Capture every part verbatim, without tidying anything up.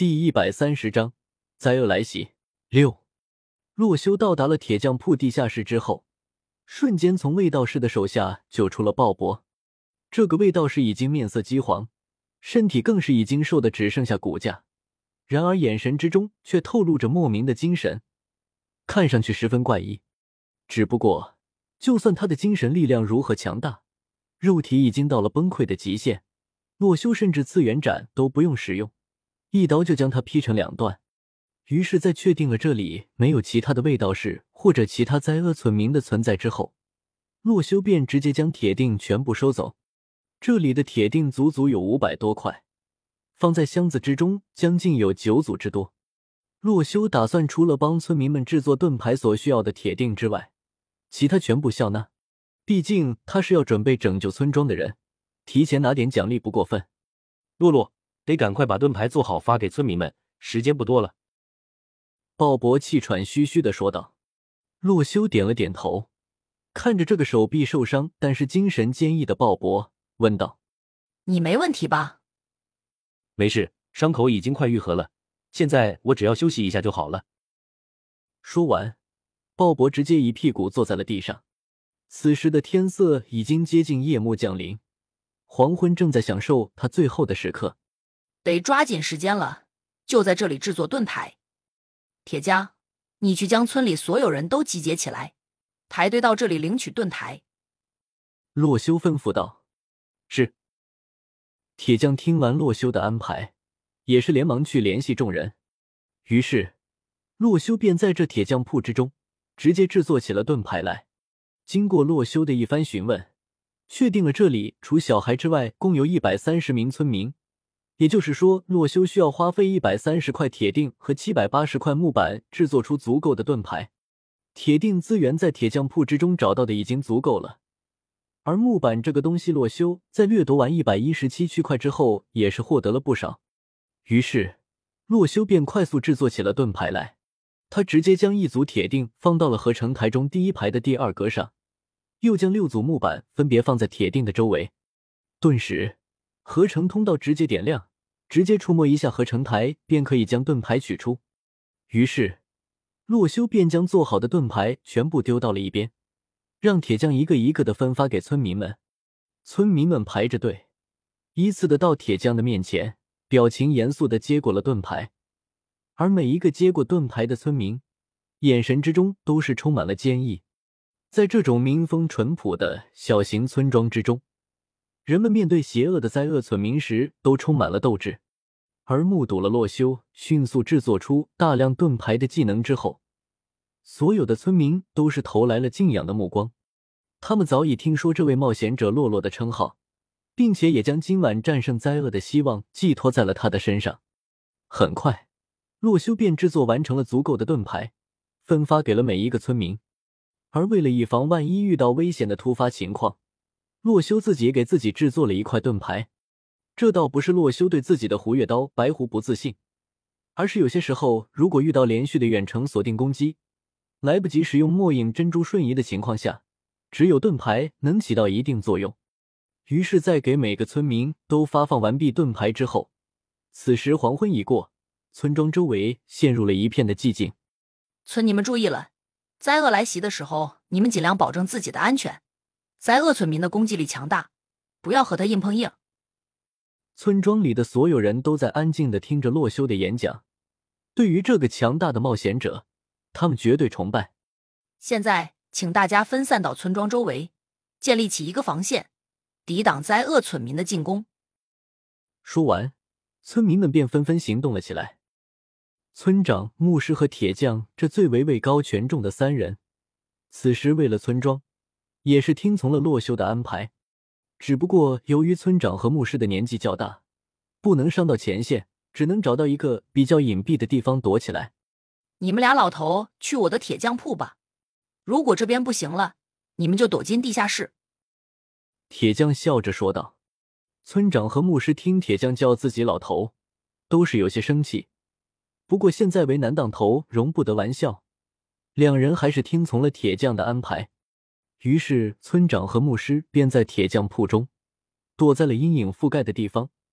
第一百三十章灾厄来袭。六，洛修到达了铁匠铺地下室之后，瞬间从卫道士的手下救出了鲍勃。这个卫道士已经面色肌黄，身体更是已经瘦得只剩下骨架，然而眼神之中却透露着莫名的精神，看上去十分怪异。只不过就算他的精神力量如何强大，肉体已经到了崩溃的极限，洛修甚至次元斩都不用使用，一刀就将他劈成两段。于是在确定了这里没有其他的卫道士或者其他灾厄村民的存在之后，洛修便直接将铁锭全部收走。这里的铁锭足足有五百多块，放在箱子之中将近有九组之多。洛修打算除了帮村民们制作盾牌所需要的铁锭之外，其他全部笑纳，毕竟他是要准备拯救村庄的人，提前拿点奖励不过分。 洛洛，得赶快把盾牌做好发给村民们，时间不多了。 鲍勃气喘吁吁地说道。洛修点了点头，看着这个手臂受伤但是精神坚毅的鲍勃，问道： 你没问题吧？ 没事，伤口已经快愈合了，现在我只要休息一下就好了。 说完，鲍勃直接一屁股坐在了地上。此时的天色已经接近夜幕降临，黄昏正在享受他最后的时刻。 得抓紧时间了，就在这里制作盾牌。铁匠，你去将村里所有人都集结起来，排队到这里领取盾牌。 洛修吩咐道。 是。 铁匠听完洛修的安排，也是连忙去联系众人。于是洛修便在这铁匠铺之中直接制作起了盾牌来。经过洛修的一番询问，确定了这里除小孩之外共有一百三十名村民，也就是说洛修需要花费一百三十块铁锭和七百八十块木板制作出足够的盾牌。铁锭资源在铁匠铺之中找到的已经足够了，而木板这个东西洛修在掠夺完一百一十七区块之后也是获得了不少。于是洛修便快速制作起了盾牌来。他直接将一组铁锭放到了合成台中第一排的第二格上，又将六组木板分别放在铁锭的周围。顿时合成通道直接点亮，直接触摸一下合成台便可以将盾牌取出。于是洛修便将做好的盾牌全部丢到了一边，让铁匠一个一个的分发给村民们。村民们排着队，依次的到铁匠的面前，表情严肃的接过了盾牌。而每一个接过盾牌的村民，眼神之中都是充满了坚毅。在这种民风淳朴的小型村庄之中，人们面对邪恶的灾厄村民时都充满了斗志。而目睹了洛修迅速制作出大量盾牌的技能之后，所有的村民都是投来了敬仰的目光。他们早已听说这位冒险者洛洛的称号，并且也将今晚战胜灾厄的希望寄托在了他的身上。很快洛修便制作完成了足够的盾牌，分发给了每一个村民。而为了以防万一遇到危险的突发情况，洛修自己也给自己制作了一块盾牌。这倒不是洛修对自己的胡月刀白狐不自信，而是有些时候如果遇到连续的远程锁定攻击，来不及使用末影珍珠瞬移的情况下，只有盾牌能起到一定作用。于是在给每个村民都发放完毕盾牌之后，此时黄昏已过，村庄周围陷入了一片的寂静。 村民们注意了，灾厄来袭的时候，你们尽量保证自己的安全。灾厄村民的攻击力强大，不要和他硬碰硬。 村庄里的所有人都在安静地听着洛修的演讲。对于这个强大的冒险者，他们绝对崇拜。 现在请大家分散到村庄周围，建立起一个防线，抵挡灾厄村民的进攻。 说完，村民们便纷纷行动了起来。村长、牧师和铁匠这最为位高权重的三人，此时为了村庄，也是听从了洛修的安排。只不过由于村长和牧师的年纪较大，不能上到前线，只能找到一个比较隐蔽的地方躲起来。 你们俩老头去我的铁匠铺吧，如果这边不行了，你们就躲进地下室。 铁匠笑着说道。村长和牧师听铁匠叫自己老头，都是有些生气。不过现在为难当头，容不得玩笑，两人还是听从了铁匠的安排。于是村长和牧师便在铁匠铺中躲在了阴影覆盖的地方，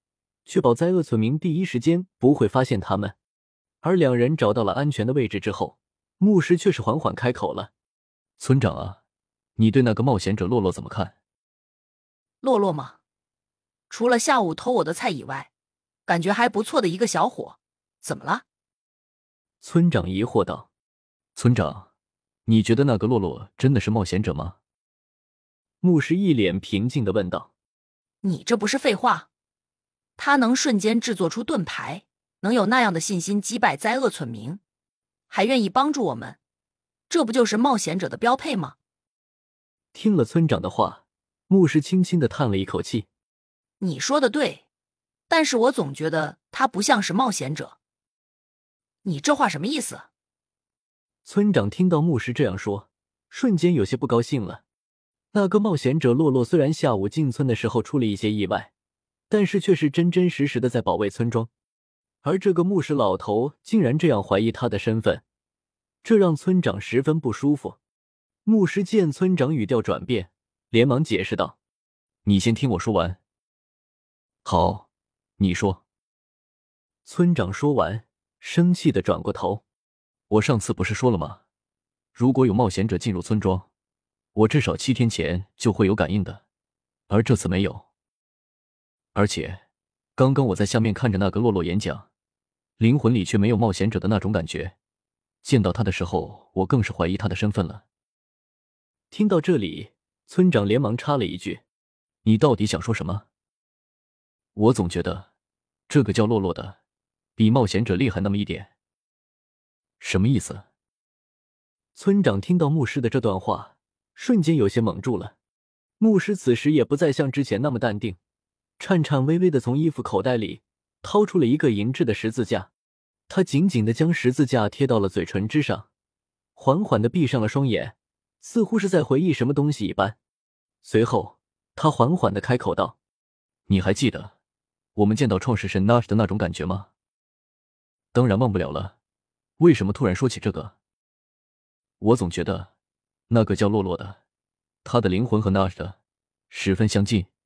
确保灾厄村民第一时间不会发现他们。而两人找到了安全的位置之后，牧师却是缓缓开口了：“ 村长啊，你对那个冒险者洛洛怎么看？” 洛洛吗？除了下午偷我的菜以外，感觉还不错的一个小伙，怎么了？ 村长疑惑道。 村长，你觉得那个洛洛真的是冒险者吗？ 牧师一脸平静地问道。 你这不是废话？他能瞬间制作出盾牌，能有那样的信心击败灾厄村民，还愿意帮助我们，这不就是冒险者的标配吗？ 听了村长的话，牧师轻轻地叹了一口气。 你说的对，但是我总觉得他不像是冒险者。你这话什么意思？ 村长听到牧师这样说，瞬间有些不高兴了。那个冒险者洛洛虽然下午进村的时候出了一些意外，但是却是真真实实的在保卫村庄，而这个牧师老头竟然这样怀疑他的身份，这让村长十分不舒服。牧师见村长语调转变，连忙解释道：“ 你先听我说完。”“好，你说。” 村长说完，生气地转过头：“ 我上次不是说了吗？如果有冒险者进入村庄，我至少七天前就会有感应的，而这次没有。而且，刚刚我在下面看着那个洛洛演讲，灵魂里却没有冒险者的那种感觉。见到他的时候，我更是怀疑他的身份了。” 听到这里，村长连忙插了一句：“ 你到底想说什么？”“我总觉得，这个叫洛洛的，比冒险者厉害那么一点。”“什么意思？” 村长听到牧师的这段话，瞬间有些懵住了。牧师此时也不再像之前那么淡定，颤颤巍巍地从衣服口袋里掏出了一个银质的十字架，他紧紧地将十字架贴到了嘴唇之上，缓缓地闭上了双眼，似乎是在回忆什么东西一般。随后他缓缓地开口道：“ 你还记得我们见到创世神 Nash 的那种感觉吗？”“当然忘不了了，为什么突然说起这个？”“我总觉得那个叫洛洛的，他的灵魂和 Nash 的十分相近。”